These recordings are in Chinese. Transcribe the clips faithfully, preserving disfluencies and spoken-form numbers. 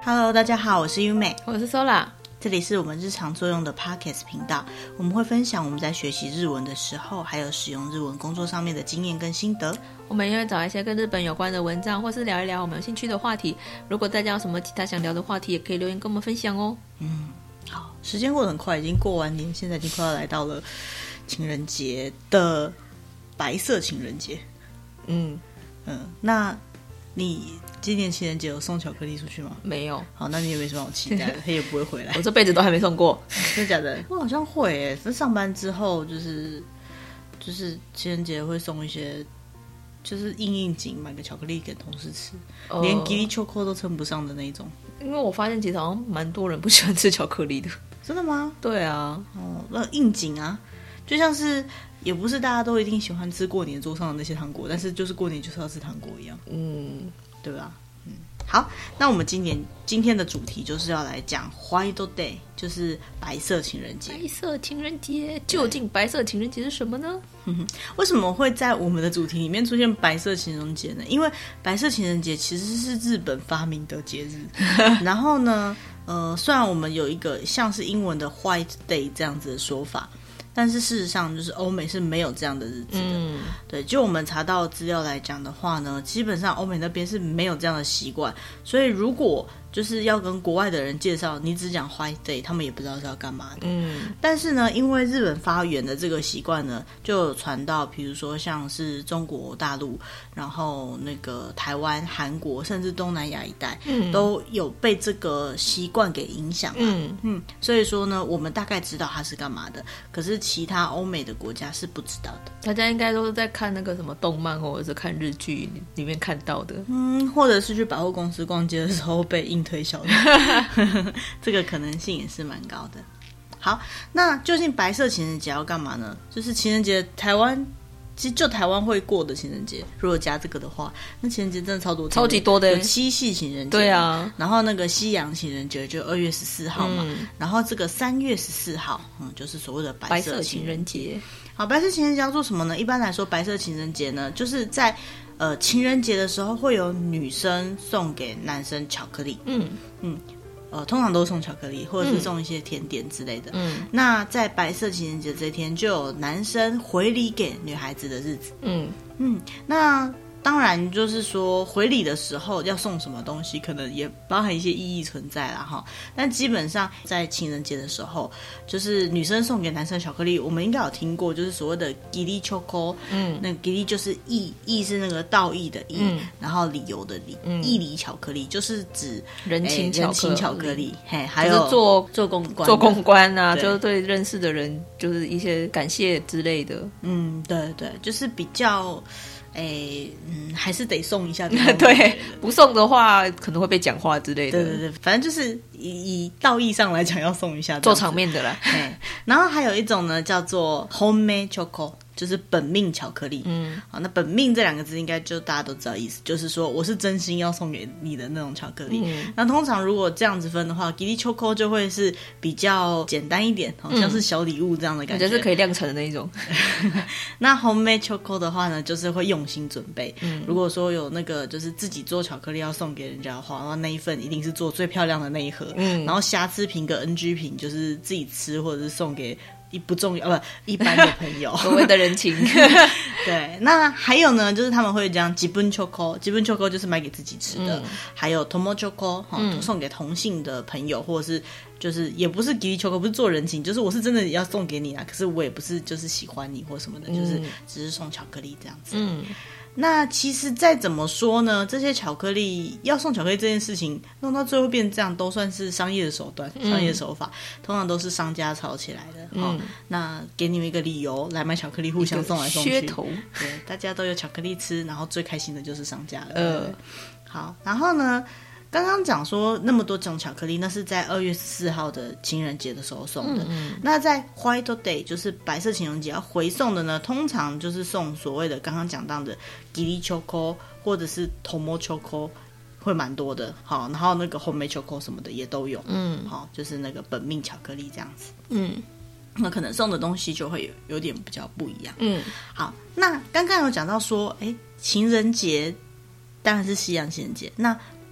Hello， 大家好，我是优美， 我是 Sola， 这里是我们日常作用的 Podcast 频道，我们会分享我们在学习日文的时候，还有使用日文工作上面的经验跟心得。 我们也会找一些跟日本有关的文章，或是聊一聊我们有兴趣的话题。如果大家有什么其他想聊的话题，也可以留言跟我们分享哦。 嗯，好，时间过得很快，已经过完年，现在已经快要来到了情人节的白色情人节。 嗯嗯，那你今年情人节有送巧克力出去吗？ 没有。 好，那你也没什么好期待的，他也不会回来。 我这辈子都还没送过。 真的假的？我好像会耶，是上班之后就是就是情人节会送一些，就是应应景买个巧克力给同事吃，呃、连吉利秋蔻都称不上的那一种。 因为我发现其实好像蛮多人不喜欢吃巧克力的。 真的吗？ 对啊。 哦，那应景啊，就像是也不是大家都一定喜欢吃过年桌上的那些糖果，但是就是过年就是要吃糖果一样。嗯，对吧？嗯，好，那我们今年今天的主题就是要来讲 White Day， 就是白色情人节。 白色情人节，究竟白色情人节是什么呢？ 为什么会在我们的主题里面出现白色情人节呢？因为白色情人节其实是日本发明的节日，然后呢，呃，虽然我们有一个像是英文的 White Day 这样子的说法，但是事实上就是欧美是没有这样的日子的。嗯，对，就我们查到资料来讲的话呢，基本上欧美那边是没有这样的习惯，所以如果就是要跟国外的人介绍你只讲 White Day， 他们也不知道是要干嘛的。嗯，但是呢，因为日本发源的这个习惯呢，就有传到比如说像是中国大陆，然后那个台湾、韩国，甚至东南亚一带，嗯，都有被这个习惯给影响嘛。嗯嗯，所以说呢，我们大概知道它是干嘛的，可是其他欧美的国家是不知道的。 大家应该都是在看那个什么动漫或者是看日剧里面看到的。 嗯，或者是去百货公司逛街的时候被硬推销的。这个可能性也是蛮高的。好，那究竟白色情人节要干嘛呢？就是情人节台湾其实就台湾会过的情人节，如果加这个的话，那情人节真的超多， 超级多的。 有七夕情人节， 对啊， 然后那个西洋情人节就二月十四号嘛，嗯，然后这个三月十四号，嗯，就是所谓的白色情人节。好，白色情人节要做什么呢？一般来说，白色情人节呢，就是在呃情人节的时候，会有女生送给男生巧克力，嗯嗯。呃，通常都送巧克力，或者是送一些甜点之类的。嗯，那在白色情人节这一天，就有男生回礼给女孩子的日子。嗯嗯，那当然就是说回礼的时候要送什么东西，可能也包含一些意义存在啦哈。但基本上在情人节的时候，就是女生送给男生巧克力，我们应该有听过，就是所谓的吉利秋蔻。嗯，那吉利就是义，义是那个道义的义，嗯，然后理由的理，嗯，义理巧克力就是指人情巧克力，人情巧克力，嘿，还有、 就是、做做公关， 做公关啊，就是对认识的人就是一些感谢之类的。 嗯，对对，就是比较。哎，嗯，还是得送一下。 对，不送的话可能会被讲话之类的。 对对对，反正就是以以道义上来讲，要送一下， 做场面的啦。 然后还有一种呢，叫做 homemade chocolate， 就是本命巧克力。嗯，好，那本命这两个字应该就大家都知道意思，就是说我是真心要送给你的那种巧克力。嗯，那通常如果这样子分的话，吉利秋蔻就会是比较简单一点，好像是小礼物这样的感觉， 我觉得是可以量产的那一种。 那 homemade chocolate 的话呢，就是会用心准备。嗯，如果说有那个就是自己做巧克力要送给人家的话，然后那一份一定是做最漂亮的那一盒。嗯，然后瑕疵品跟 N G 品就是自己吃或者是送给一不重要不一般的朋友， 所谓的人情。 对，那还有呢，就是他们会讲吉本秋蔻，吉本秋蔻就是买给自己吃的，嗯，还有 tomo 秋蔻，嗯，送给同性的朋友，或者是就是也不是吉利秋蔻，不是做人情，就是我是真的要送给你啊，可是我也不是就是喜欢你或什么的，嗯，就是只是送巧克力这样子。嗯。那其实再怎么说呢，这些巧克力要送巧克力这件事情弄到最后变成这样，都算是商业的手段，嗯，商业手法通常都是商家炒起来的。嗯，哦，那给你们一个理由来买巧克力，互相送来送去， 噱头。 对，大家都有巧克力吃，然后最开心的就是商家了。呃，好，然后呢，刚刚讲说那么多种巧克力，那是在二月十四号的情人节的时候送的。嗯，那在 White Day 就是白色情人节要回送的呢，通常就是送所谓的刚刚讲到的吉利秋蔻或者是 tomo 秋蔻，会蛮多的。好，然后那个 homemade 秋蔻什么的也都有。嗯，好，就是那个本命巧克力这样子。嗯，那可能送的东西就会有有点比较不一样。嗯，好，那刚刚有讲到说，哎，情人节当然是西洋情人节，那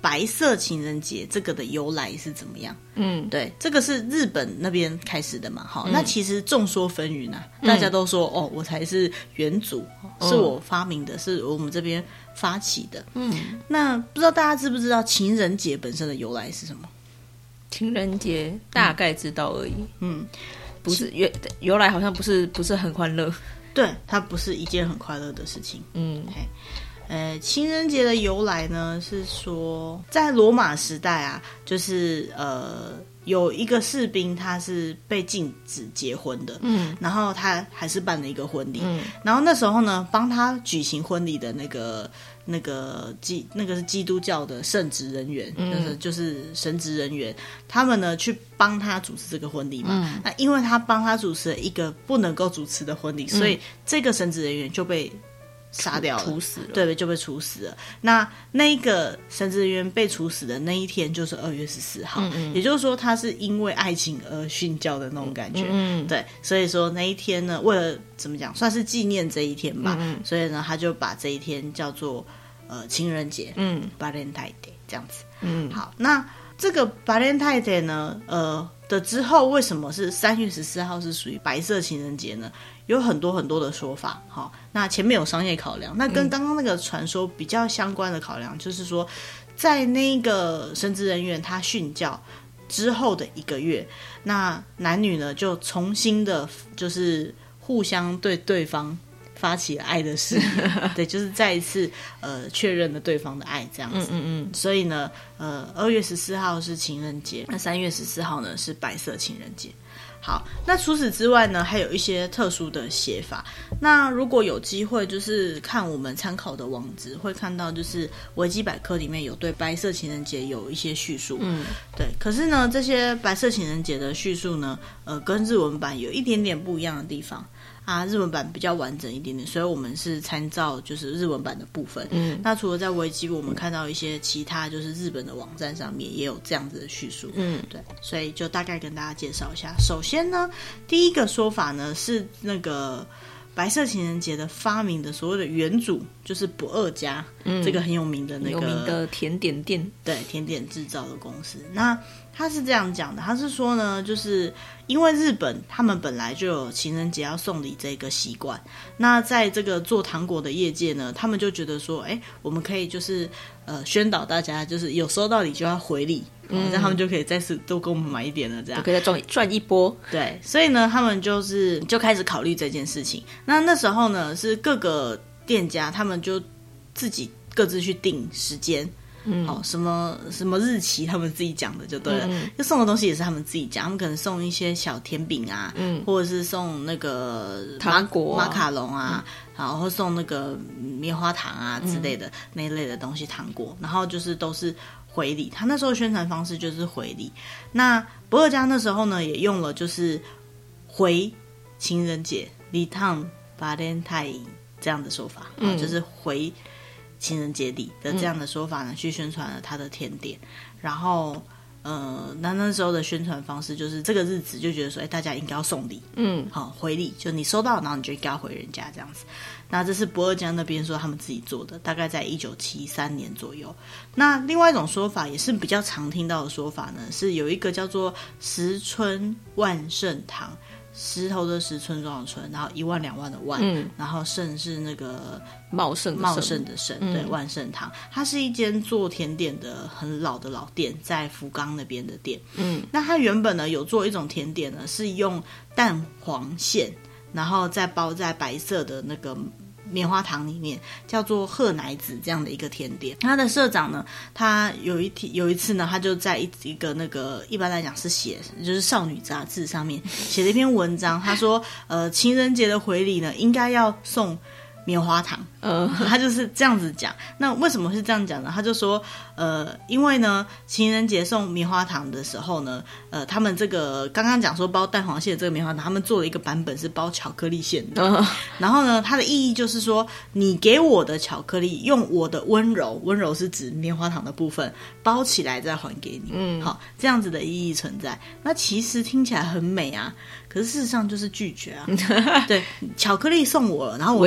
白色情人节这个的由来是怎么样？ 嗯， 对，这个是日本那边开始的嘛，好、嗯，那其实众说纷纭啊，大家都说、嗯、哦，我才是元祖，是我发明的，是我们这边发起的。嗯，那不知道大家知不知道情人节本身的由来是什么？ 情人节大概知道而已。 嗯， 不是由由来好像不是不是很欢乐。 对，它不是一件很快乐的事情。 嗯， 嘿。呃，情人节的由来呢，是说在罗马时代啊，就是呃有一个士兵他是被禁止结婚的，嗯，然后他还是办了一个婚礼，嗯，然后那时候呢，帮他举行婚礼的那个那个基那个是基督教的圣职人员，嗯，就是就是神职人员，他们呢去帮他主持这个婚礼嘛，嗯，那因为他帮他主持了一个不能够主持的婚礼，嗯，所以这个神职人员就被杀掉了， 处死了， 对，就被处死了。那那一个神职人员被处死的那一天就是二月十四号，嗯嗯，也就是说他是因为爱情而殉教的那种感觉，嗯嗯，对，所以说那一天呢，为了怎么讲，算是纪念这一天吧，嗯嗯，所以呢，他就把这一天叫做呃情人节，嗯 ，Valentine Day 这样子，嗯，好，那这个 Valentine Day 呢，呃的之后为什么是三月十四号是属于白色情人节呢？有很多很多的说法，好，那前面有商业考量，那跟刚刚那个传说比较相关的考量，就是说，在那个神职人员他殉教之后的一个月，那男女呢就重新的，就是互相对对方发起了爱的事业，对，就是再一次呃确认了对方的爱，这样子。嗯嗯嗯。所以呢，呃，二月十四号是情人节，那三月十四号呢是白色情人节。好，那除此之外呢，还有一些特殊的写法。那如果有机会，就是看我们参考的网址，会看到就是维基百科里面有对白色情人节有一些叙述。嗯，对。可是呢，这些白色情人节的叙述呢，呃，跟日文版有一点点不一样的地方。啊，日文版比较完整一点点，所以我们是参照就是日文版的部分。嗯，那除了在维基，我们看到一些其他就是日本的网站上面也有这样子的叙述。嗯，对，所以就大概跟大家介绍一下。首先呢，第一个说法呢是那个白色情人节的发明的所谓的元祖，就是不二家，嗯，这个很有名的那个有名的甜点店， 对，甜点制造的公司。那他是这样讲的，他是说呢，就是因为日本他们本来就有情人节要送礼这个习惯，那在这个做糖果的业界呢，他们就觉得说，哎，我们可以就是呃宣导大家，就是有收到礼就要回礼，嗯，这样他们就可以再次多给我们买一点了，这样就可以再赚赚一波。 对，所以呢，他们就是就开始考虑这件事情。那那时候呢，是各个店家他们就自己各自去定时间。嗯，好，什么什么日期，他们自己讲的就对了。嗯，就送的东西也是他们自己讲，他们可能送一些小甜饼啊，嗯，或者是送那个糖果、 马卡龙啊，然后送那个棉花糖啊之类的，嗯，那一类的东西糖果，然后就是都是回礼。他那时候宣传方式就是回礼。那不二家那时候呢，也用了就是回情人节 （Return Valentine） 这样的说法，嗯，就是回情人节礼的这样的说法呢，嗯，去宣传了他的甜点。然后呃，那那时候的宣传方式就是这个日子就觉得说，哎，大家应该要送礼，嗯，好，回礼，就你收到，然后你就应该要回人家这样子。那这是不二家那边说他们自己做的，大概在一九七三年左右。那另外一种说法也是比较常听到的说法呢，是有一个叫做石村万盛堂。石头的石，村庄的村，然后一万两万的万，嗯，然后盛是那个茂盛茂盛的盛，对，万盛堂，它是一间做甜点的很老的老店，在福冈那边的店。嗯，那它原本呢有做一种甜点呢，是用蛋黄馅，然后再包在白色的那个棉花糖里面，叫做贺奶子这样的一个甜点。他的社长呢，他有一天有一次呢，他就在一一个那个一般来讲是写就是少女杂志上面写了一篇文章，他说呃情人节的回礼呢应该要送棉花糖，呃，他就是这样子讲。那为什么是这样讲呢？他就说，呃，因为呢，情人节送棉花糖的时候呢，呃，他们这个刚刚讲说包蛋黄馅的这个棉花糖，他们做了一个版本是包巧克力馅的。Uh-huh. 然后呢，它的意义就是说，你给我的巧克力，用我的温柔，温柔是指棉花糖的部分，包起来再还给你。嗯，好，这样子的意义存在。那其实听起来很美啊，可是事实上就是拒绝啊。对，巧克力送我了，然后我要把它包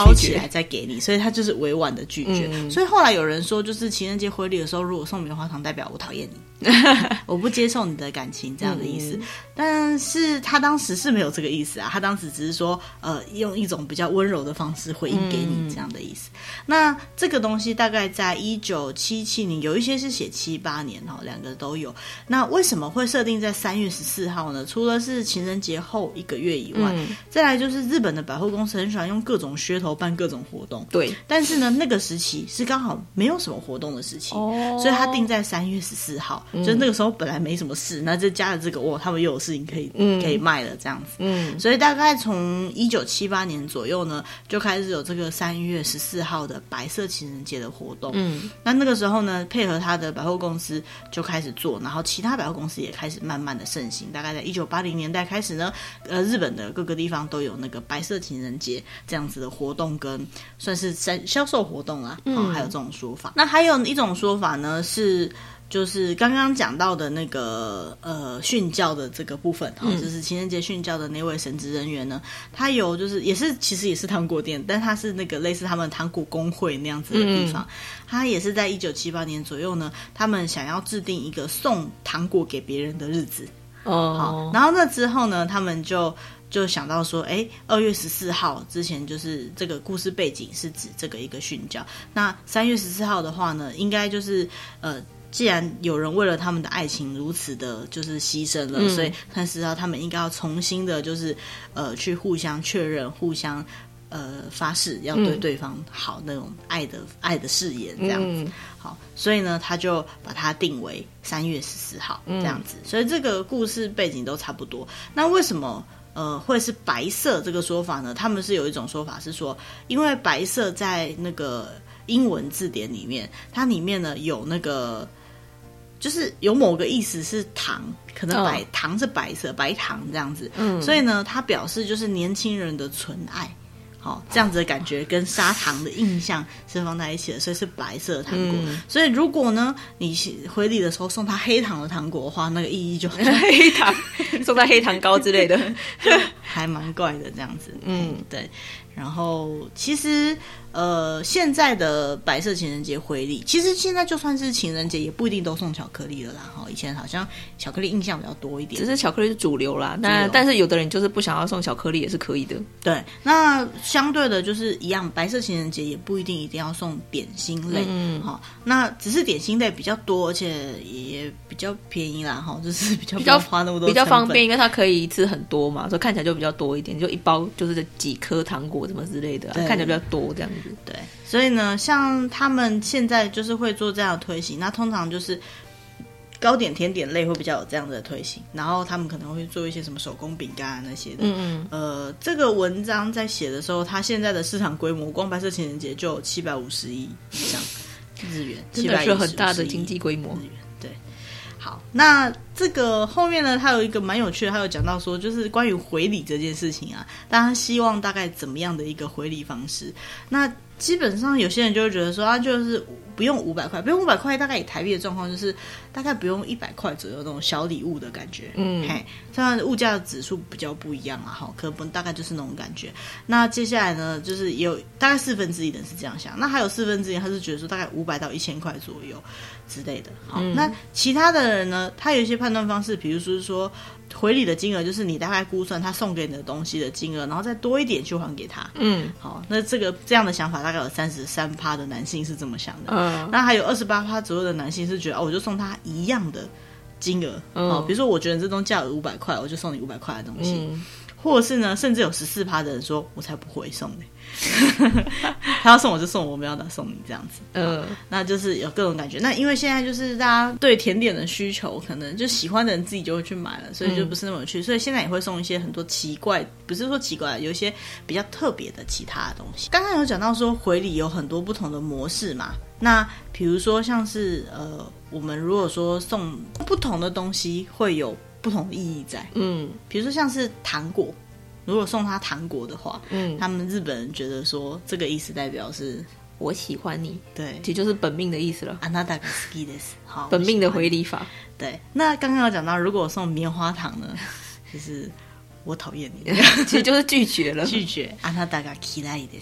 包起来再给你，所以他就是委婉的拒绝、 嗯、 所以后来有人说，就是情人节回礼的时候如果送棉花糖代表我讨厌你我不接受你的感情这样的意思、嗯、但是他当时是没有这个意思啊，他当时只是说呃，用一种比较温柔的方式回应给你这样的意思、嗯、那这个东西大概在一九七七年，有一些是写七八年哦，两个都有。那为什么会设定在三月十四号呢？除了是情人节后一个月以外、嗯、再来就是日本的百货公司很喜欢用各种噱头办各种活动， 对， 但是呢那个时期是刚好没有什么活动的时期、哦、所以他定在三月十四号、嗯、就是那个时候本来没什么事，那就加了这个哇，他们又有事情可以、嗯、可以卖了这样子，嗯，所以大概从一九七八年左右呢就开始有这个三月十四号的白色情人节的活动，嗯，那那个时候呢配合他的百货公司就开始做，然后其他百货公司也开始慢慢的盛行，大概在一九八零年代开始呢，呃，日本的各个地方都有那个白色情人节这样子的活动跟算是销售活动啦、嗯哦、还有这种说法。那还有一种说法呢是就是刚刚讲到的那个呃训教的这个部分、哦嗯、就是情人节训教的那位神职人员呢，他有就是也是其实也是糖果店，但他是那个类似他们糖果工会那样子的地方、嗯、他也是在一九七八年左右呢，他们想要制定一个送糖果给别人的日子哦，好，然后那之后呢他们就就想到说，哎，二月十四号之前就是这个故事背景是指这个一个训教，那三月十四号的话呢，应该就是呃，既然有人为了他们的爱情如此的就是牺牲了，嗯、所以三十号他们应该要重新的，就是呃去互相确认、互相呃发誓要对对方好、嗯、那种爱的爱的誓言这样子。嗯、好，所以呢，他就把它定为三月十四号这样子。嗯、所以这个故事背景都差不多。那为什么？呃，会是白色这个说法呢？他们是有一种说法是说，因为白色在那个英文字典里面，它里面呢有那个，就是有某个意思是糖，可能白、哦、糖是白色，白糖这样子。嗯，所以呢，它表示就是年轻人的纯爱。好、哦，这样子的感觉跟砂糖的印象是放在一起的，所以是白色的糖果。嗯、所以如果呢，你回礼的时候送他黑糖的糖果的话，那个意义就黑糖送他黑糖糕之类的， 还蛮怪的这样子。嗯，对。然后其实呃，现在的白色情人节回礼，其实现在就算是情人节，也不一定都送巧克力了啦。哈，以前好像巧克力印象比较多一点， 只是巧克力是主流啦。那但是有的人就是不想要送巧克力，也是可以的。对， 那相对的就是一样，白色情人节也不一定一定要送点心类。嗯，好，那只是点心类比较多，而且也比较便宜啦。哈，就是比较不要花那么多， 比较方便，因为它可以吃很多嘛，所以看起来就比较多一点，就一包就是几颗糖果什么之类的、啊，看起来比较多这样子。 对，所以呢，像他们现在就是会做这样的推行，那通常就是糕点甜点类会比较有这样的推行，然后他们可能会做一些什么手工饼干啊那些的。嗯嗯。呃，这个文章在写的时候，它现在的市场规模，光白色情人节就有七百五十亿以上日元， 真的是很大的经济规模。 日元对。好，那这个后面呢，它有一个蛮有趣的，它有讲到说，就是关于回礼这件事情啊，大家希望大概怎么样的一个回礼方式？那基本上有些人就会觉得说，啊，就是不用五百块，不用五百块，大概以台币的状况就是大概不用一百块左右那种小礼物的感觉。嗯，嘿，虽然物价的指数比较不一样啊，哈，可能大概就是那种感觉。那接下来呢，就是也有大概四分之一的人是这样想，那还有四分之一他是觉得说大概五百到一千块左右之类的。好，嗯、那其他的人呢，他有一些判断方式，比如说说回礼的金额，就是你大概估算他送给你的东西的金额，然后再多一点去还给他。嗯，好，那这个这样的想法大概有三十三趴的男性是这么想的。嗯，那还有二十八趴左右的男性是觉得，哦，我就送他一样的金额。嗯，好，比如说我觉得这东西价额五百块，我就送你五百块的东西。嗯，或者是呢，甚至有十四趴的人说，我才不会送你。他要送我就送我，我没有打送你这样子。嗯，那就是有各种感觉。那因为现在就是大家对甜点的需求，可能就喜欢的人自己就会去买了，所以就不是那么有趣。嗯、所以现在也会送一些很多奇怪，不是说奇怪，有一些比较特别的其他的东西。刚刚有讲到说回礼有很多不同的模式嘛，那比如说像是呃，我们如果说送不同的东西，会有不同的意义在。嗯，比如说像是糖果。如果送他糖果的话，嗯，他们日本人觉得说这个意思代表是我喜欢你， 对， 其实就是本命的意思了。 あなたが好きです。好， 本命的回礼法。 对，那刚刚有讲到，如果送棉花糖呢，就是我讨厌你， 其实就是拒绝了， 拒绝。あなたが嫌いです。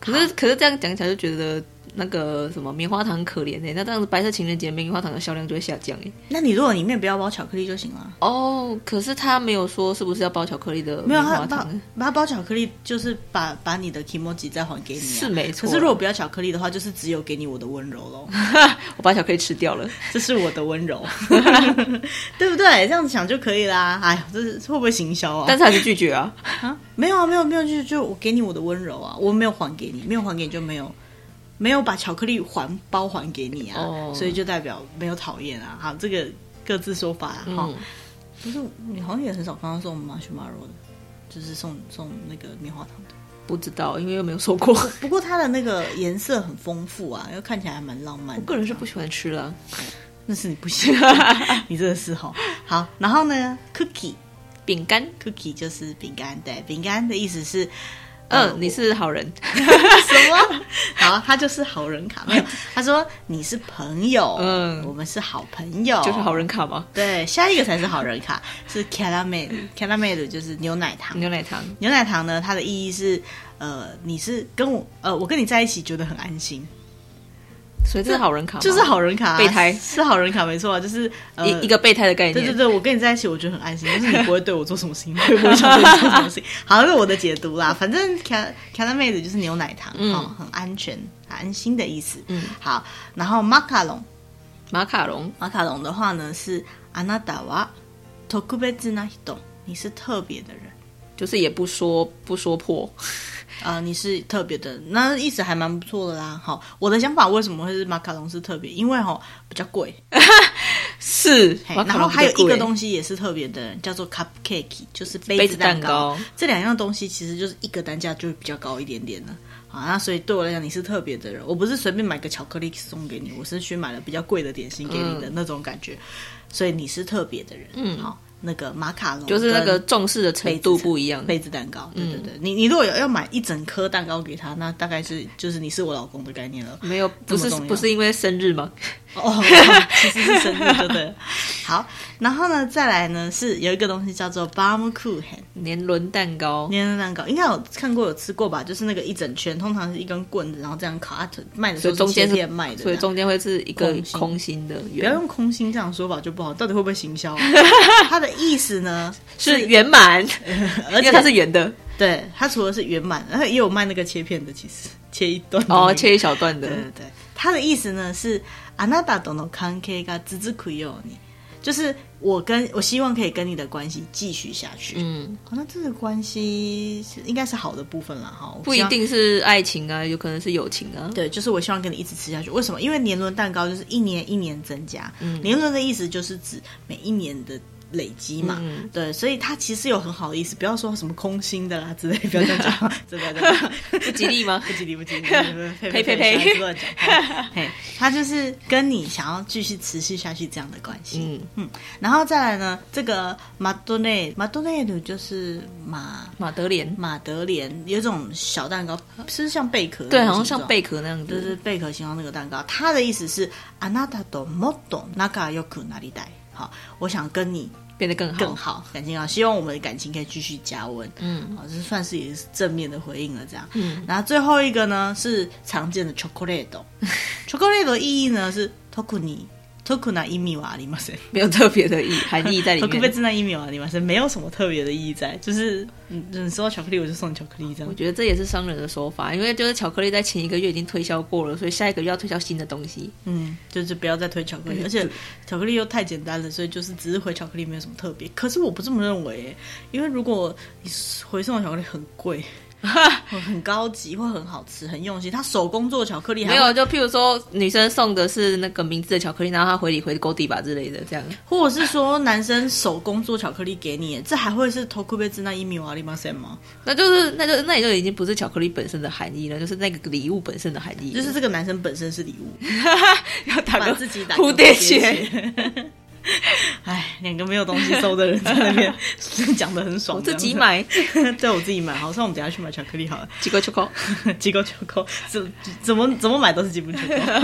可是可是这样讲起来就觉得那个什么棉花糖可怜哎、欸，那这样子白色情人节棉花糖的销量就会下降哎、欸。 那你如果里面不要包巧克力就行了。 哦，可是他没有说是不是要包巧克力的棉花糖？ 没有，他包巧克力就是把把你的 kimoji 再还给你、啊， 是没错。 可是如果不要巧克力的话，就是只有给你我的温柔咯。 我把巧克力吃掉了， 这是我的温柔，对不对？这样子想就可以啦。哎呀，这是会不会行销啊？ 但是还是拒绝啊？ 啊，没有啊，没有没有，就就我给你我的温柔啊，我没有还给你，没有还给你就没有。没有把巧克力还包还给你啊，哦、所以就代表没有讨厌啊。好，这个各自说法啊。哈、嗯，不是你好像也很少看到送马修马肉的，就是送送那个棉花糖的。 不知道，因为又没有收过。 不过它的那个颜色很丰富啊，又看起来还蛮浪漫的。 我个人是不喜欢吃了， 那是你不喜欢，你真的是哈。好，然后呢 ，cookie 饼干 ，cookie 就是饼干，对，饼干的意思是。 嗯、呃，你是好人。 什么？好，他就是好人卡。没有，他说你是朋友，嗯，我们是好朋友， 就是好人卡吗？ 对，下一个才是好人卡，是 caramel，caramel 就是牛奶糖。 牛奶糖， 牛奶糖呢，它的意义是，呃，你是跟我，呃，我跟你在一起觉得很安心。 所以这是好人卡吗？ 就是好人卡、啊， 备胎是好人卡，没错啊，就是、呃、 一一个备胎的概念。 对对对，我跟你在一起，我觉得很安心，就是你不会对我做什么事情，我也不会想对你做什么事情。好，这是我的解读啦。反正 caramel 就是牛奶糖，嗯、哦，很安全、很安心的意思。嗯，好，然后马卡龙， 马卡龙， 马卡龙的话呢是あなたは特別な人，你是特别的人， 就是也不说不说破。 呃，你是特别的，那意思还蛮不错的啦。好，我的想法为什么会是马卡龙是特别？因为哈比较贵， 是。 然后还有一个东西也是特别的，叫做 cupcake， 就是杯子蛋糕。蛋糕这两样东西其实就是一个单价就会比较高一点点了。啊，那所以对我来讲，你是特别的人。我不是随便买个巧克力送给你，我是去买了比较贵的点心给你的那种感觉。嗯、所以你是特别的人。嗯，好。那个马卡龙就是那个重视的程度不一样， 杯子蛋糕，对对对，嗯、你你如果有要买一整颗蛋糕给他，那大概是就是你是我老公的概念了。 没有，不是不是因为生日吗？ 哦，其实是生日，对不对？好，然后呢，再来呢是有一个东西叫做 Baumkuchen 年轮蛋糕， 年轮蛋糕应该有看过有吃过吧？就是那个一整圈，通常是一根棍子，然后这样烤，它卖的时候是切片卖的， 所以中间会是一个空心的圆。 不要用空心这样说法就不好，到底会不会行销？它的意思呢是圆满，而且它是圆的。 对，它除了是圆满，然后也有卖那个切片的，其实切一段、那個、哦，切一小段的。 对对对，它的意思呢是あなたとの関係が続くように，就是我跟我希望可以跟你的关系继续下去。嗯，好，那这个关系是应该是好的部分啦，哈， 不一定是爱情啊，有可能是友情啊。 对，就是我希望跟你一直吃下去。为什么？因为年轮蛋糕就是一年一年增加，嗯、年轮的意思就是指每一年的累积嘛，嗯、对，所以它其实有很好的意思，不要说什么空心的啦之类，不要这样讲，真的真的不吉利吗？ 不吉利，不吉利，呸呸呸，乱讲话。嘿，它就是跟你想要继续持续下去这样的关系。嗯嗯，然后再来呢，这个马多内马多内鲁就是马马德莲， 马德莲有一种小蛋糕，是像贝壳， 对，好像像贝壳那样子， 就是贝壳形状那个蛋糕。它的意思是あなたともっと仲良くなりたい。好，我想跟你变得更好， 更好，感情好，希望我们的感情可以继续加温。嗯，好，这算是也是正面的回应了，这样。嗯，然后最后一个呢是常见的 chocolate，chocolate 的意义呢是特に特な意味はありません， 没有特别的意含义在里面。 特別な意味はありません，没有什么特别的意义在，就是嗯，你收到巧克力我就送你巧克力这样。 我觉得这也是商人的手法，因为就是巧克力在前一个月已经推销过了，所以下一个月要推销新的东西。嗯，就是不要再推巧克力，而且巧克力又太简单了，所以就是只是回巧克力没有什么特别。可是我不这么认为，因为如果你回送的巧克力很贵。很高级或很好吃很用心，他手工做的巧克力还没有，就譬如说女生送的是那个名字的巧克力，然后他回礼回勾底吧之类的这样， 或者是说男生手工做巧克力给你，这还会是特別な意味はありません吗？ 那就是那就那也就已经不是巧克力本身的含义了，就是那个礼物本身的含义， 就是这个男生本身是礼物要打个自己打蝴蝶结哎，两个没有东西收的人在那边讲得很爽， 我自己买对，我自己买。好，算我们等一下去买巧克力好了。 机构秋口机构秋口怎怎么怎么买都是基本秋口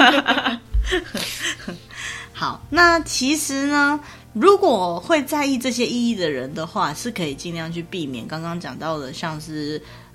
好，那其实呢，如果会在意这些意义的人的话，是可以尽量去避免刚刚讲到的，像是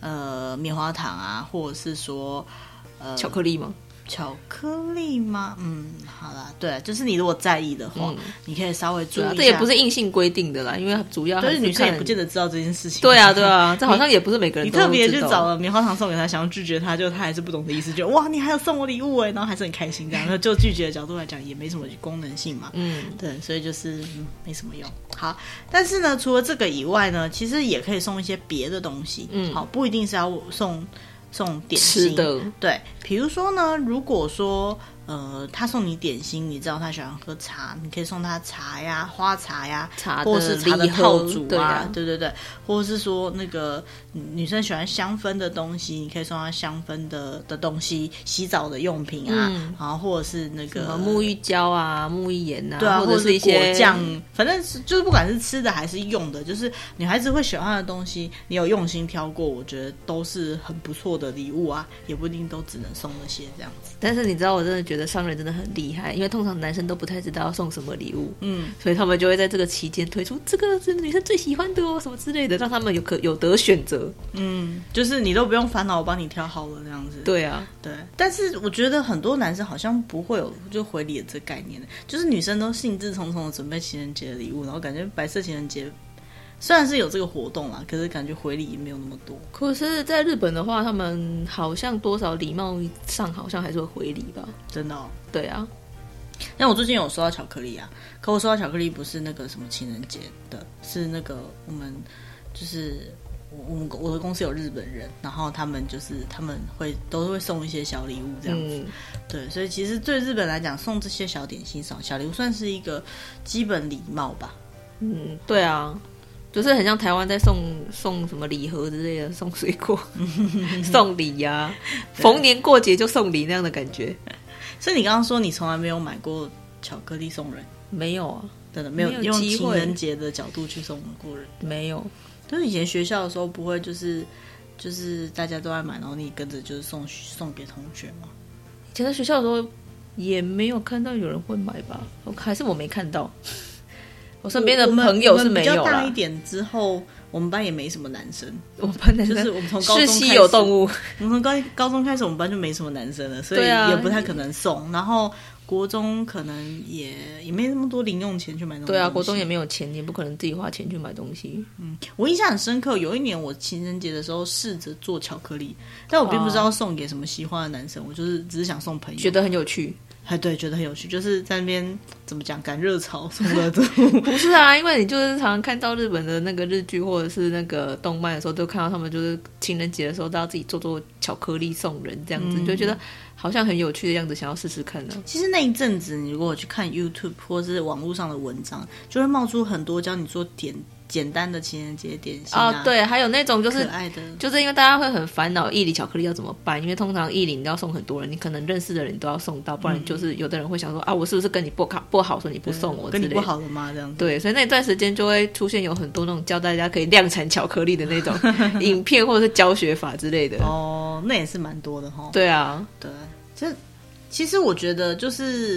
呃棉花糖啊，或者是说呃巧克力吗？ 巧克力吗？嗯，好啦，对，就是你如果在意的话，嗯、你可以稍微注意一下。 这也不是硬性规定的啦，因为主要还是女生也不见得知道这件事情。 对啊，对啊，这好像也不是每个人都知道。 你特别去找了棉花糖送给他，想要拒绝他，就他还是不懂的意思，就哇，你还有送我礼物哎，然后还是很开心这样。那就拒绝的角度来讲，也没什么功能性嘛。嗯，对，所以就是、嗯、没什么用。好，但是呢，除了这个以外呢，其实也可以送一些别的东西。嗯，好，不一定是要送。送点心吃的， 对，比如说呢，如果说呃他送你点心，你知道他喜欢喝茶，你可以送他茶呀、花茶呀， 茶或者是茶的套组啊， 对啊， 对对对，或者是说那个女生喜欢香氛的东西，你可以送她香氛的的东西，洗澡的用品啊，嗯、然后或者是那个什么沐浴胶啊、沐浴盐啊， 对啊， 或者是一些果酱，反正是就是不管是吃的还是用的，就是女孩子会喜欢的东西，你有用心挑过，我觉得都是很不错的礼物啊，也不一定都只能送那些这样子。 但是你知道，我真的觉得商人真的很厉害，因为通常男生都不太知道要送什么礼物，嗯，所以他们就会在这个期间推出这个是女生最喜欢的哦，什么之类的，让他们有可有得选择。 嗯，就是你都不用烦恼，我帮你挑好了这样子。 对啊， 对。但是我觉得很多男生好像不会有就回礼的这个概念，就是女生都兴致冲冲的准备情人节的礼物，然后感觉白色情人节虽然是有这个活动啦，可是感觉回礼也没有那么多。 可是在日本的话，他们好像多少礼貌上好像还是会回礼吧？ 真的哦？ 对啊。 但我最近有收到巧克力啊，可我收到巧克力不是那个什么情人节的，是那个我们就是我们我的公司有日本人，然后他们就是他们会都会送一些小礼物这样子、嗯、对，所以其实对日本来讲，送这些小点心小小礼物算是一个基本礼貌吧。 嗯，对啊，就是很像台湾在送送什么礼盒之类的，送水果送礼呀、啊，逢年过节就送礼那样的感觉。 所以你刚刚说你从来没有买过巧克力送人？ 没有啊， 真的没有用情人节的角度去送过人？ 没有。 就是以前学校的时候不会就是就是大家都在买，然后你跟着就是送送给同学吗？ 以前在学校的时候也没有看到有人会买吧，还是我没看到。我身边的朋友是没有啦。 比较大一点之后，我们班也没什么男生。 我们班男生就是我们从高中开始是稀有动物。 我们从高高中开始，我们班就没什么男生了，所以也不太可能送。然后国中可能也也没那么多零用钱去买东西。 对啊，国中也没有钱，也不可能自己花钱去买东西。 嗯，我印象很深刻，有一年我情人节的时候试着做巧克力，但我并不知道送给什么喜欢的男生，我就是只是想送朋友， 觉得很有趣。 哎，对，觉得很有趣，就是在那边怎么讲赶热潮送的这不是啊，因为你就是常常看到日本的那个日剧或者是那个动漫的时候，都看到他们就是情人节的时候都要自己做做巧克力送人这样子，嗯、就觉得好像很有趣的样子，想要试试看呢。 其实那一阵子，你如果去看 YouTube 或者是网络上的文章，就会冒出很多教你做点。简单的情人节点心啊、 哦，对，还有那种就是可爱的， 就是因为大家会很烦恼义理巧克力要怎么办，因为通常义理你要送很多人，你可能认识的人你都要送到，不然就是有的人会想说、嗯、啊，我是不是跟你不好不好，说你不送我之类的， 跟你不好的吗？这样子。 对，所以那段时间就会出现有很多那种教大家可以量产巧克力的那种影片或者是教学法之类的。 哦，那也是蛮多的齁。 对啊， 对，这其实我觉得就是。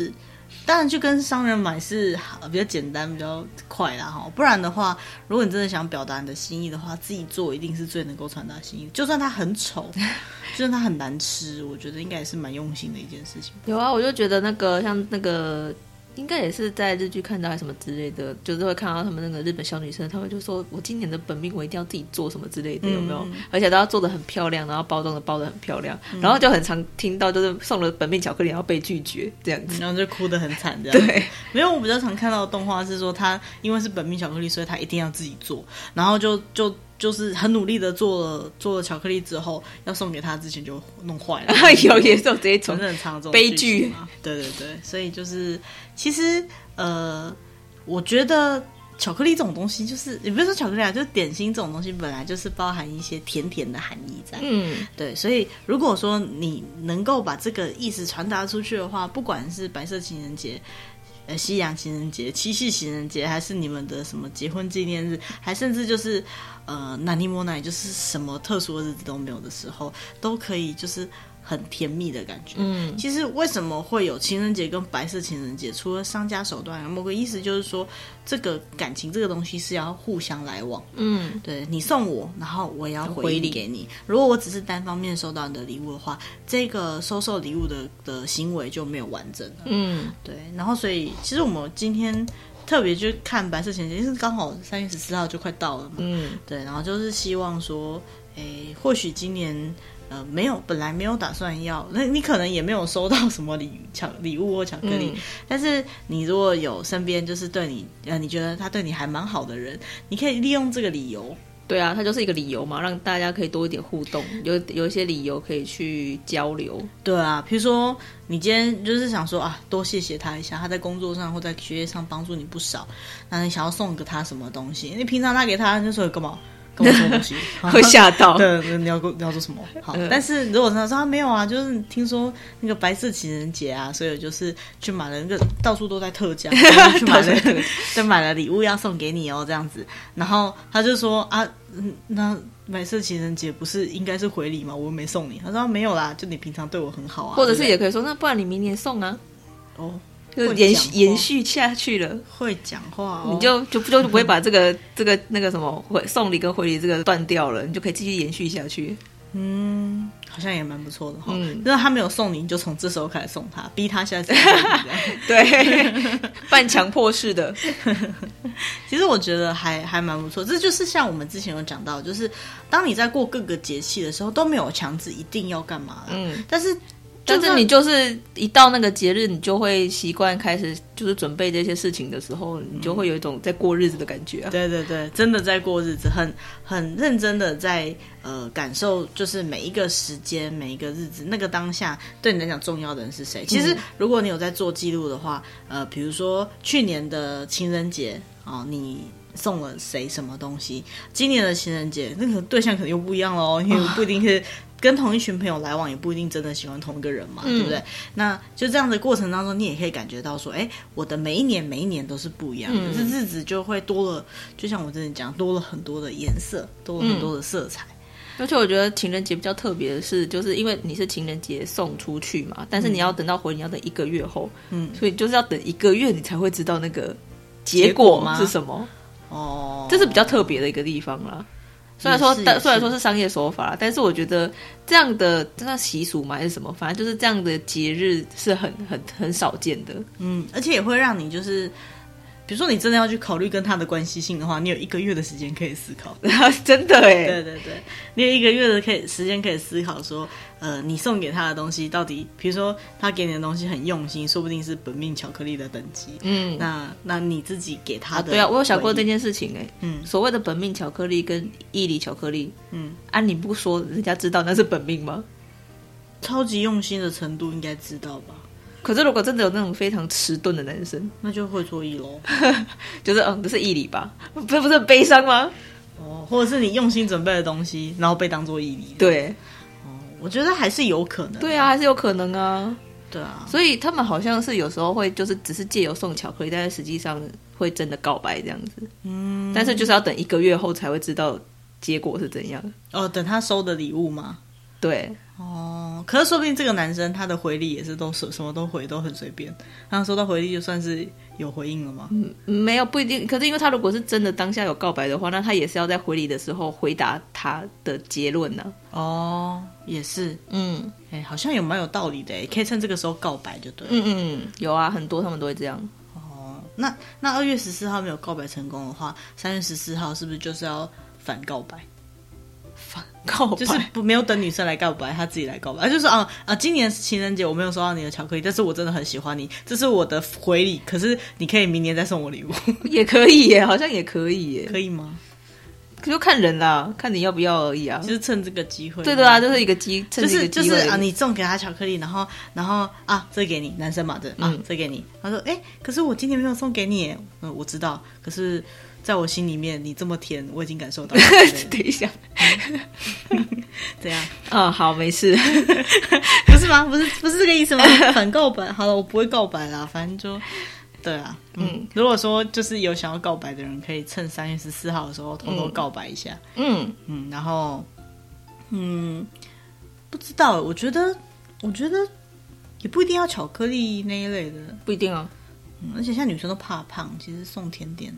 当然去跟商人买是比较简单比较快啦齁，不然的话如果你真的想表达你的心意的话，自己做一定是最能够传达心意，就算它很丑就算它很难吃，我觉得应该也是蛮用心的一件事情。 有啊，我就觉得那个像那个应该也是在日剧看到还是什么之类的，就是会看到他们那个日本小女生，他们就说我今年的本命我一定要自己做什么之类的，有没有、嗯、而且都要做得很漂亮，然后包装的包得很漂亮、嗯、然后就很常听到就是送了本命巧克力然后被拒绝这样子， 然后就哭得很惨这样。 对， 没有，我比较常看到的动画是说他因为是本命巧克力所以他一定要自己做，然后就就就是很努力的做了做了巧克力之后要送给他之前就弄坏了有也是有这一种很常这种悲剧嘛。对对对，所以就是其实呃我觉得巧克力这种东西就是也不是说巧克力啊，就是点心这种东西本来就是包含一些甜甜的含义在。嗯，对，所以如果说你能够把这个意思传达出去的话，不管是白色情人节呃，西洋情人节、七夕情人节，还是你们的什么结婚纪念日，还甚至就是呃，哪尼莫奶，就是什么特殊的日子都没有的时候，都可以就是很甜蜜的感觉。嗯，其实为什么会有情人节跟白色情人节？除了商家手段，某个意思就是说，这个感情这个东西是要互相来往。嗯，对，你送我，然后我也要回礼给你。如果我只是单方面收到你的礼物的话，这个收受礼物的的行为就没有完整了。嗯，对。然后所以，其实我们今天特别就看白色情人节，是刚好三月十四号就快到了嘛。嗯，对。然后就是希望说，诶，或许今年。呃，没有，本来没有打算要，那你可能也没有收到什么礼巧礼物或巧克力，嗯、但是你如果有身边就是对你，呃，你觉得他对你还蛮好的人，你可以利用这个理由。 对啊，它就是一个理由嘛，让大家可以多一点互动，有有一些理由可以去交流。 对啊，比如说你今天就是想说啊，多谢谢他一下，他在工作上或在学业上帮助你不少，那你想要送给他什么东西？你平常他给他就说干嘛？跟我说东西会吓到， 对，你要你要做什么？好，嗯、但是如果他说他没有啊，就是听说那个白色情人节啊，所以我就是去买了那个到处都在特价，去买了就买了礼物要送给你哦，这样子。然后他就说啊，那白色情人节不是应该是回礼吗？我又没送你。他说没有啦，就你平常对我很好啊。 或者是也可以说，那不然你明年送啊。哦。就延续延续下去了， 会讲话、哦， 你就就就不会把这个这个那个什么回送礼跟回礼这个断掉了，你就可以继续延续下去。 嗯，好像也蛮不错的哈。嗯，如果他没有送你，你就从这时候开始送他，逼他下次对，半强迫式的。 其实我觉得还还蛮不错，这就是像我们之前有讲到，就是当你在过各个节气的时候，都没有强制一定要干嘛，嗯，但是。 但是你就是一到那个节日，你就会习惯开始就是准备这些事情的时候，你就会有一种在过日子的感觉、啊。 对对对，真的在过日子，很很认真的在呃感受，就是每一个时间、每一个日子，那个当下对你来讲重要的人是谁。其实如果你有在做记录的话，呃，比如说去年的情人节哦，你送了谁什么东西？今年的情人节，那个对象可能又不一样了哦，因为不一定是。跟同一群朋友来往，也不一定真的喜欢同一个人嘛，嗯、对不对？那就这样的过程当中，你也可以感觉到说，哎，我的每一年每一年都是不一样的，这、嗯、日子就会多了，就像我之前讲，多了很多的颜色，多了很多的色彩。嗯、 而且我觉得情人节比较特别的是，就是因为你是情人节送出去嘛，但是你要等到回，你要等一个月后，嗯，所以就是要等一个月，你才会知道那个结果是什么。哦，这是比较特别的一个地方啦。虽然说，虽然说是商业手法，但是我觉得这样的这习俗嘛，还是什么，反正就是这样的节日是很很很少见的。嗯， 而且也会让你就是，比如说你真的要去考虑跟他的关系性的话，你有一个月的时间可以思考。 真的哎， 对对对，你有一个月的可以时间可以思考说，呃，你送给他的东西到底，比如说他给你的东西很用心，说不定是本命巧克力的等级。嗯，那那你自己给他的、啊， 对啊，我有想过这件事情哎、欸。嗯，所谓的本命巧克力跟义理巧克力，嗯，啊，你不说人家知道那是本命吗？ 超级用心的程度应该知道吧。 可是如果真的有那种非常迟钝的男生， 那就会错意咯。 就是嗯，这是义理吧？不是不是很悲伤吗？ 哦，或者是你用心准备的东西，然后被当作义理。 对， 哦，我觉得还是有可能、啊。 对啊，还是有可能啊。 对啊， 所以他们好像是有时候会就是只是借由送巧克力，但是实际上会真的告白这样子。嗯，但是就是要等一个月后才会知道结果是怎样。 哦，等他收的礼物吗？ 对。 哦，可是说不定这个男生他的回礼也是都什么都回都很随便，他收到回礼就算是有回应了吗？ 嗯，没有，不一定。可是因为他如果是真的当下有告白的话，那他也是要在回礼的时候回答他的结论呢、 啊。哦，也是，嗯，哎、欸，好像有蛮有道理的，可以趁这个时候告白就对了。 嗯嗯，有啊，很多他们都会这样。 哦，那那二月十四号没有告白成功的话，三月十四号是不是就是要反告白？ 反告白就是不没有等女生来告白，他自己来告白，就是啊啊！今年情人节我没有收到你的巧克力，但是我真的很喜欢你，这是我的回礼。可是你可以明年再送我礼物， 也可以耶，好像也可以耶， 可以吗？ 就看人啦，看你要不要而已啊。 就是趁这个机会， 对的啊，就是一个机，趁这个机会就是就是啊，你送给他巧克力，然后然后啊，这给你，男生嘛，这啊，嗯、这给你。他说，哎、欸，可是我今年没有送给你耶，嗯，我知道，可是。在我心里面，你这么甜，我已经感受到了。 等一下， 怎样？ 哦，好，没事， 不是吗？不是，不是这个意思吗？反告白，好了，我不会告白啦，反正就对啊。嗯，嗯如果说就是有想要告白的人，可以趁三月十四号的时候偷偷告白一下。嗯嗯，然后嗯，不知道，我觉得我觉得也不一定要巧克力那一类的， 不一定啊。 嗯，而且现在女生都怕胖，其实送甜点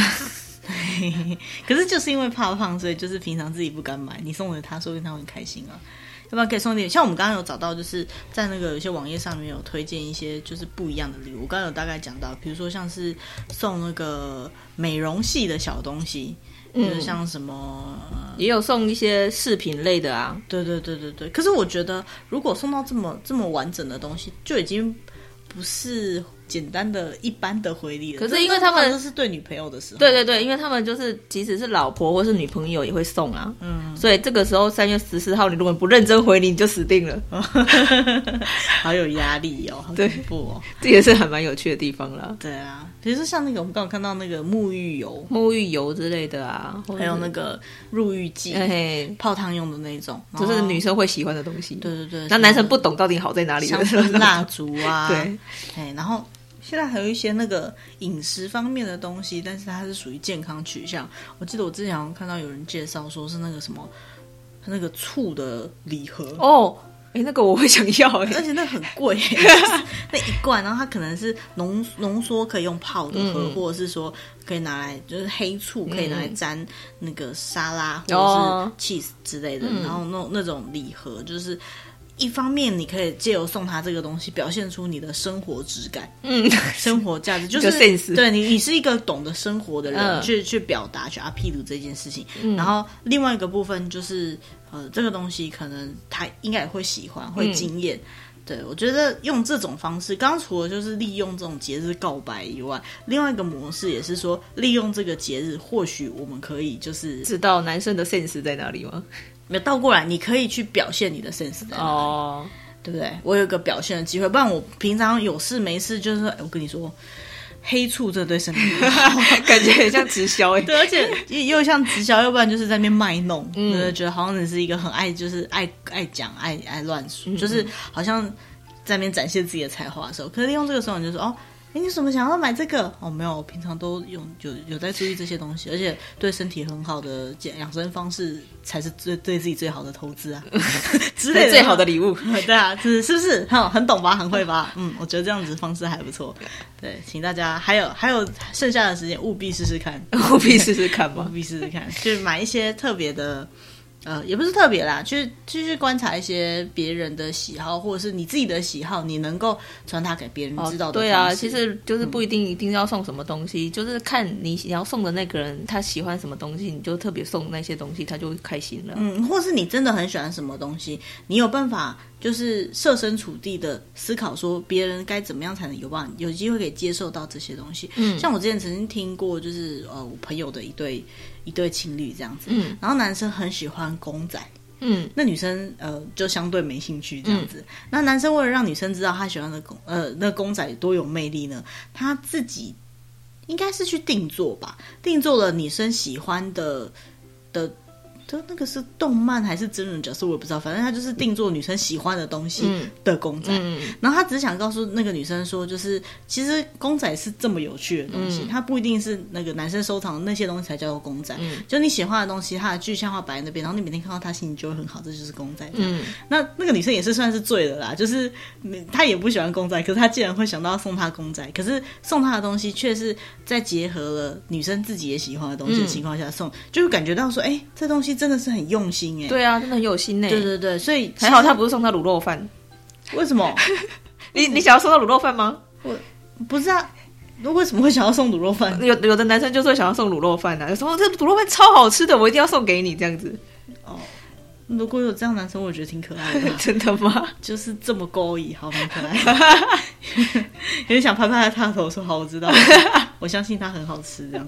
可是就是因为怕胖，所以就是平常自己不敢买，你送给他说不定他会很开心啊。要不然可以送一点，像我们刚刚有找到，就是在那个有些网页上面有推荐一些就是不一样的礼物。我刚刚有大概讲到，比如说像是送那个美容系的小东西，嗯，就是像什么、呃、 也有送一些饰品类的啊。 对对对对对。可是我觉得，如果送到这么这么完整的东西，就已经不是简单的一般的回礼了。 可是因为他们都是对女朋友的时候， 对对对，因为他们就是即使是老婆或是女朋友也会送啊。嗯，所以这个时候三月十四号，你如果不认真回礼，你就死定了。 好有压力哦，好恐怖哦。 这也是还蛮有趣的地方啦。 对啊，比如说像那个我们刚刚看到那个沐浴油、 沐浴油之类的啊， 还有那个入浴剂、 嘿泡汤用的那种， 就是女生会喜欢的东西。 对对对， 那男生不懂到底好在哪里的。 香氛蜡烛啊， 对， 哎，然后。现在还有一些那个饮食方面的东西，但是它是属于健康取向。我记得我之前好像看到有人介绍说是那个什么那个醋的礼盒哦，哎，那个我会想要哎， 而且那很贵，那一罐，然后它可能是浓浓缩可以用泡的盒，嗯、或者是说可以拿来就是黑醋可以拿来沾那个沙拉、嗯、或者是 cheese 之类的，嗯、然后那种那种礼盒就是。一方面你可以借由送他这个东西表现出你的生活质感，嗯，生活价值就是 sense 对你你是一个懂得生活的人，嗯、去去表达去 appeal 这件事情，嗯、然后另外一个部分就是呃这个东西可能他应该也会喜欢会惊艳，嗯、对，我觉得用这种方式，刚刚除了就是利用这种节日告白以外，另外一个模式也是说利用这个节日，或许我们可以就是知道男生的 sense 在哪里吗？ 没有倒过来，你可以去表现你的 sense 在哪里，哦，对不对？我有一个表现的机会，不然我平常有事没事就是说，我跟你说，黑醋这对身体感觉很像直销哎， 对，而且又像直销，要不然就是在那边卖弄，嗯，对，觉得好像你是一个很爱就是爱爱讲爱爱乱说，嗯、就是好像在那边展现自己的才华的时候，可是利用这个时候你就说哦。哎，你怎么想要买这个？哦，没有，我平常都用有有在注意这些东西，而且对身体很好的养生方式才是最对自己最好的投资啊，之类的最好的礼物。 对啊，是是不是？很很懂吧，很会吧？嗯，我觉得这样子方式还不错。对，请大家还有还有剩下的时间，务必试试看， 务必试试看吧， 务必试试看，去买一些特别的。呃，也不是特别啦，去继续观察一些别人的喜好，或者是你自己的喜好，你能够传达给别人知道的方式。哦、 对啊，其实就是不一定一定要送什么东西，嗯、就是看你要送的那个人他喜欢什么东西，你就特别送那些东西，他就会开心了。 嗯，或是你真的很喜欢什么东西，你有办法就是设身处地的思考，说别人该怎么样才能有办法有机会可以接受到这些东西。嗯，像我之前曾经听过，就是呃，我朋友的一对。一对情侣这样子，嗯，然后男生很喜欢公仔，嗯，那女生呃就相对没兴趣这样子。嗯、那男生为了让女生知道他喜欢的公呃那公仔多有魅力呢，他自己应该是去定做吧，定做了女生喜欢的的。就那个是动漫还是真人角色我也不知道，反正他就是定做女生喜欢的东西的公仔，嗯嗯、然后他只是想告诉那个女生说，就是其实公仔是这么有趣的东西，嗯、它不一定是那个男生收藏的那些东西才叫做公仔，嗯、就你喜欢的东西，它的具象化摆在那边，然后你每天看到它心情就会很好，这就是公仔。嗯，那那个女生也是算是醉了啦，就是她也不喜欢公仔，可是她竟然会想到要送她公仔，可是送她的东西却是在结合了女生自己也喜欢的东西的情况下送，嗯、就会感觉到说，哎，这东西真的是很用心哎， 对啊，真的很有心哎， 对对对，所以还好他不是送他卤肉饭， 为什么？ 你你想要送他卤肉饭吗？ 我不是啊，为什么会想要送卤肉饭？ 有有的男生就是会想要送卤肉饭啊，有时候这卤肉饭超好吃的，我一定要送给你这样子。 哦，如果有这样男生，我觉得挺可爱的。 真的吗？ 就是这么勾引，好蛮可爱的。有点想拍拍他的头说好，我知道，我相信他很好吃这样。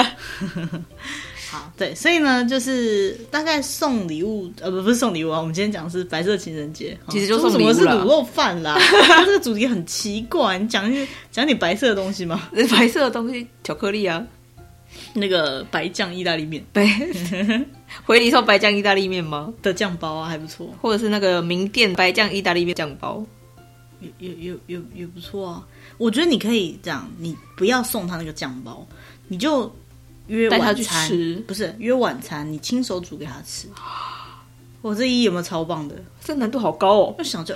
好，对，所以呢，就是大概送礼物，呃，不，不是送礼物啊，我们今天讲的是白色情人节， 其实就送礼物啦。 什么是卤肉饭啦？这个主题很奇怪，你讲一讲点白色的东西吗？ 白色的东西，巧克力啊， 那个白酱意大利面， 对，回礼送白酱意大利面吗？ 的酱包啊，还不错， 或者是那个名店白酱意大利面酱包， 也也也也也不错啊。我觉得你可以这样，你不要送他那个酱包，你就。约晚餐，带他去吃，不是约晚餐，你亲手煮给他吃。我这一有没有超棒的？ 这难度好高哦！ 就想着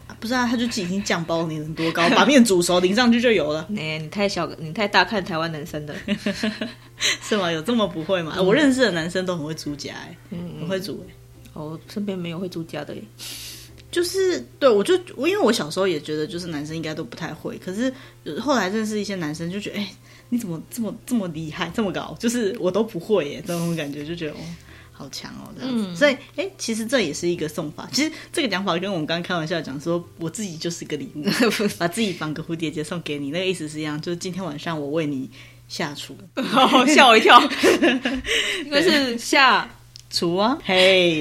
不是啊，他就已经酱包你能多高，把面煮熟淋上去就有了。 欸、你太小，你太大看台湾男生了， 是吗？有这么不会吗？嗯、我认识的男生都很会煮家、欸，嗯，很会煮、欸。 哦，身边没有会煮家的耶。 就是对我就因为我小时候也觉得就是男生应该都不太会，可是后来认识一些男生就觉得，哎、欸，你怎么这么这么厉害，这么高，就是我都不会耶，这种感觉就觉得哦。好强哦，这样子，嗯、所以哎、欸，其实这也是一个送法。其实这个讲法跟我们刚刚开玩笑讲说，我自己就是个礼物，把自己绑个蝴蝶结送给你，那个意思是一样，就是今天晚上我为你下厨， 哦，吓我一跳，应该是下厨啊，嘿、hey ，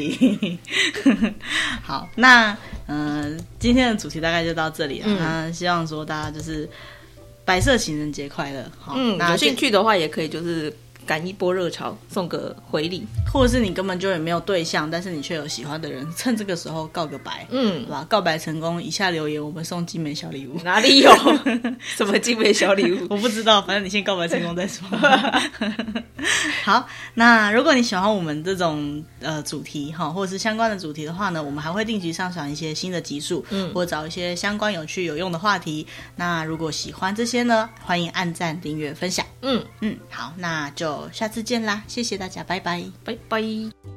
好，那呃，今天的主题大概就到这里了。嗯、那希望说大家就是白色情人节快乐，好， 嗯，有兴趣的话也可以就是。赶一波热潮，送个回礼， 或者是你根本就也没有对象，但是你却有喜欢的人，趁这个时候告个白，嗯，好吧，告白成功，以下留言我们送精美小礼物。 哪里有什么精美小礼物？ 我不知道，反正你先告白成功再说。好，那如果你喜欢我们这种呃主题哈，或者是相关的主题的话呢，我们还会定期上传一些新的集数，嗯，或者找一些相关有趣有用的话题。那如果喜欢这些呢，欢迎按赞、订阅、分享。嗯嗯，好，那就。下次见啦，谢谢大家，拜拜， 拜拜。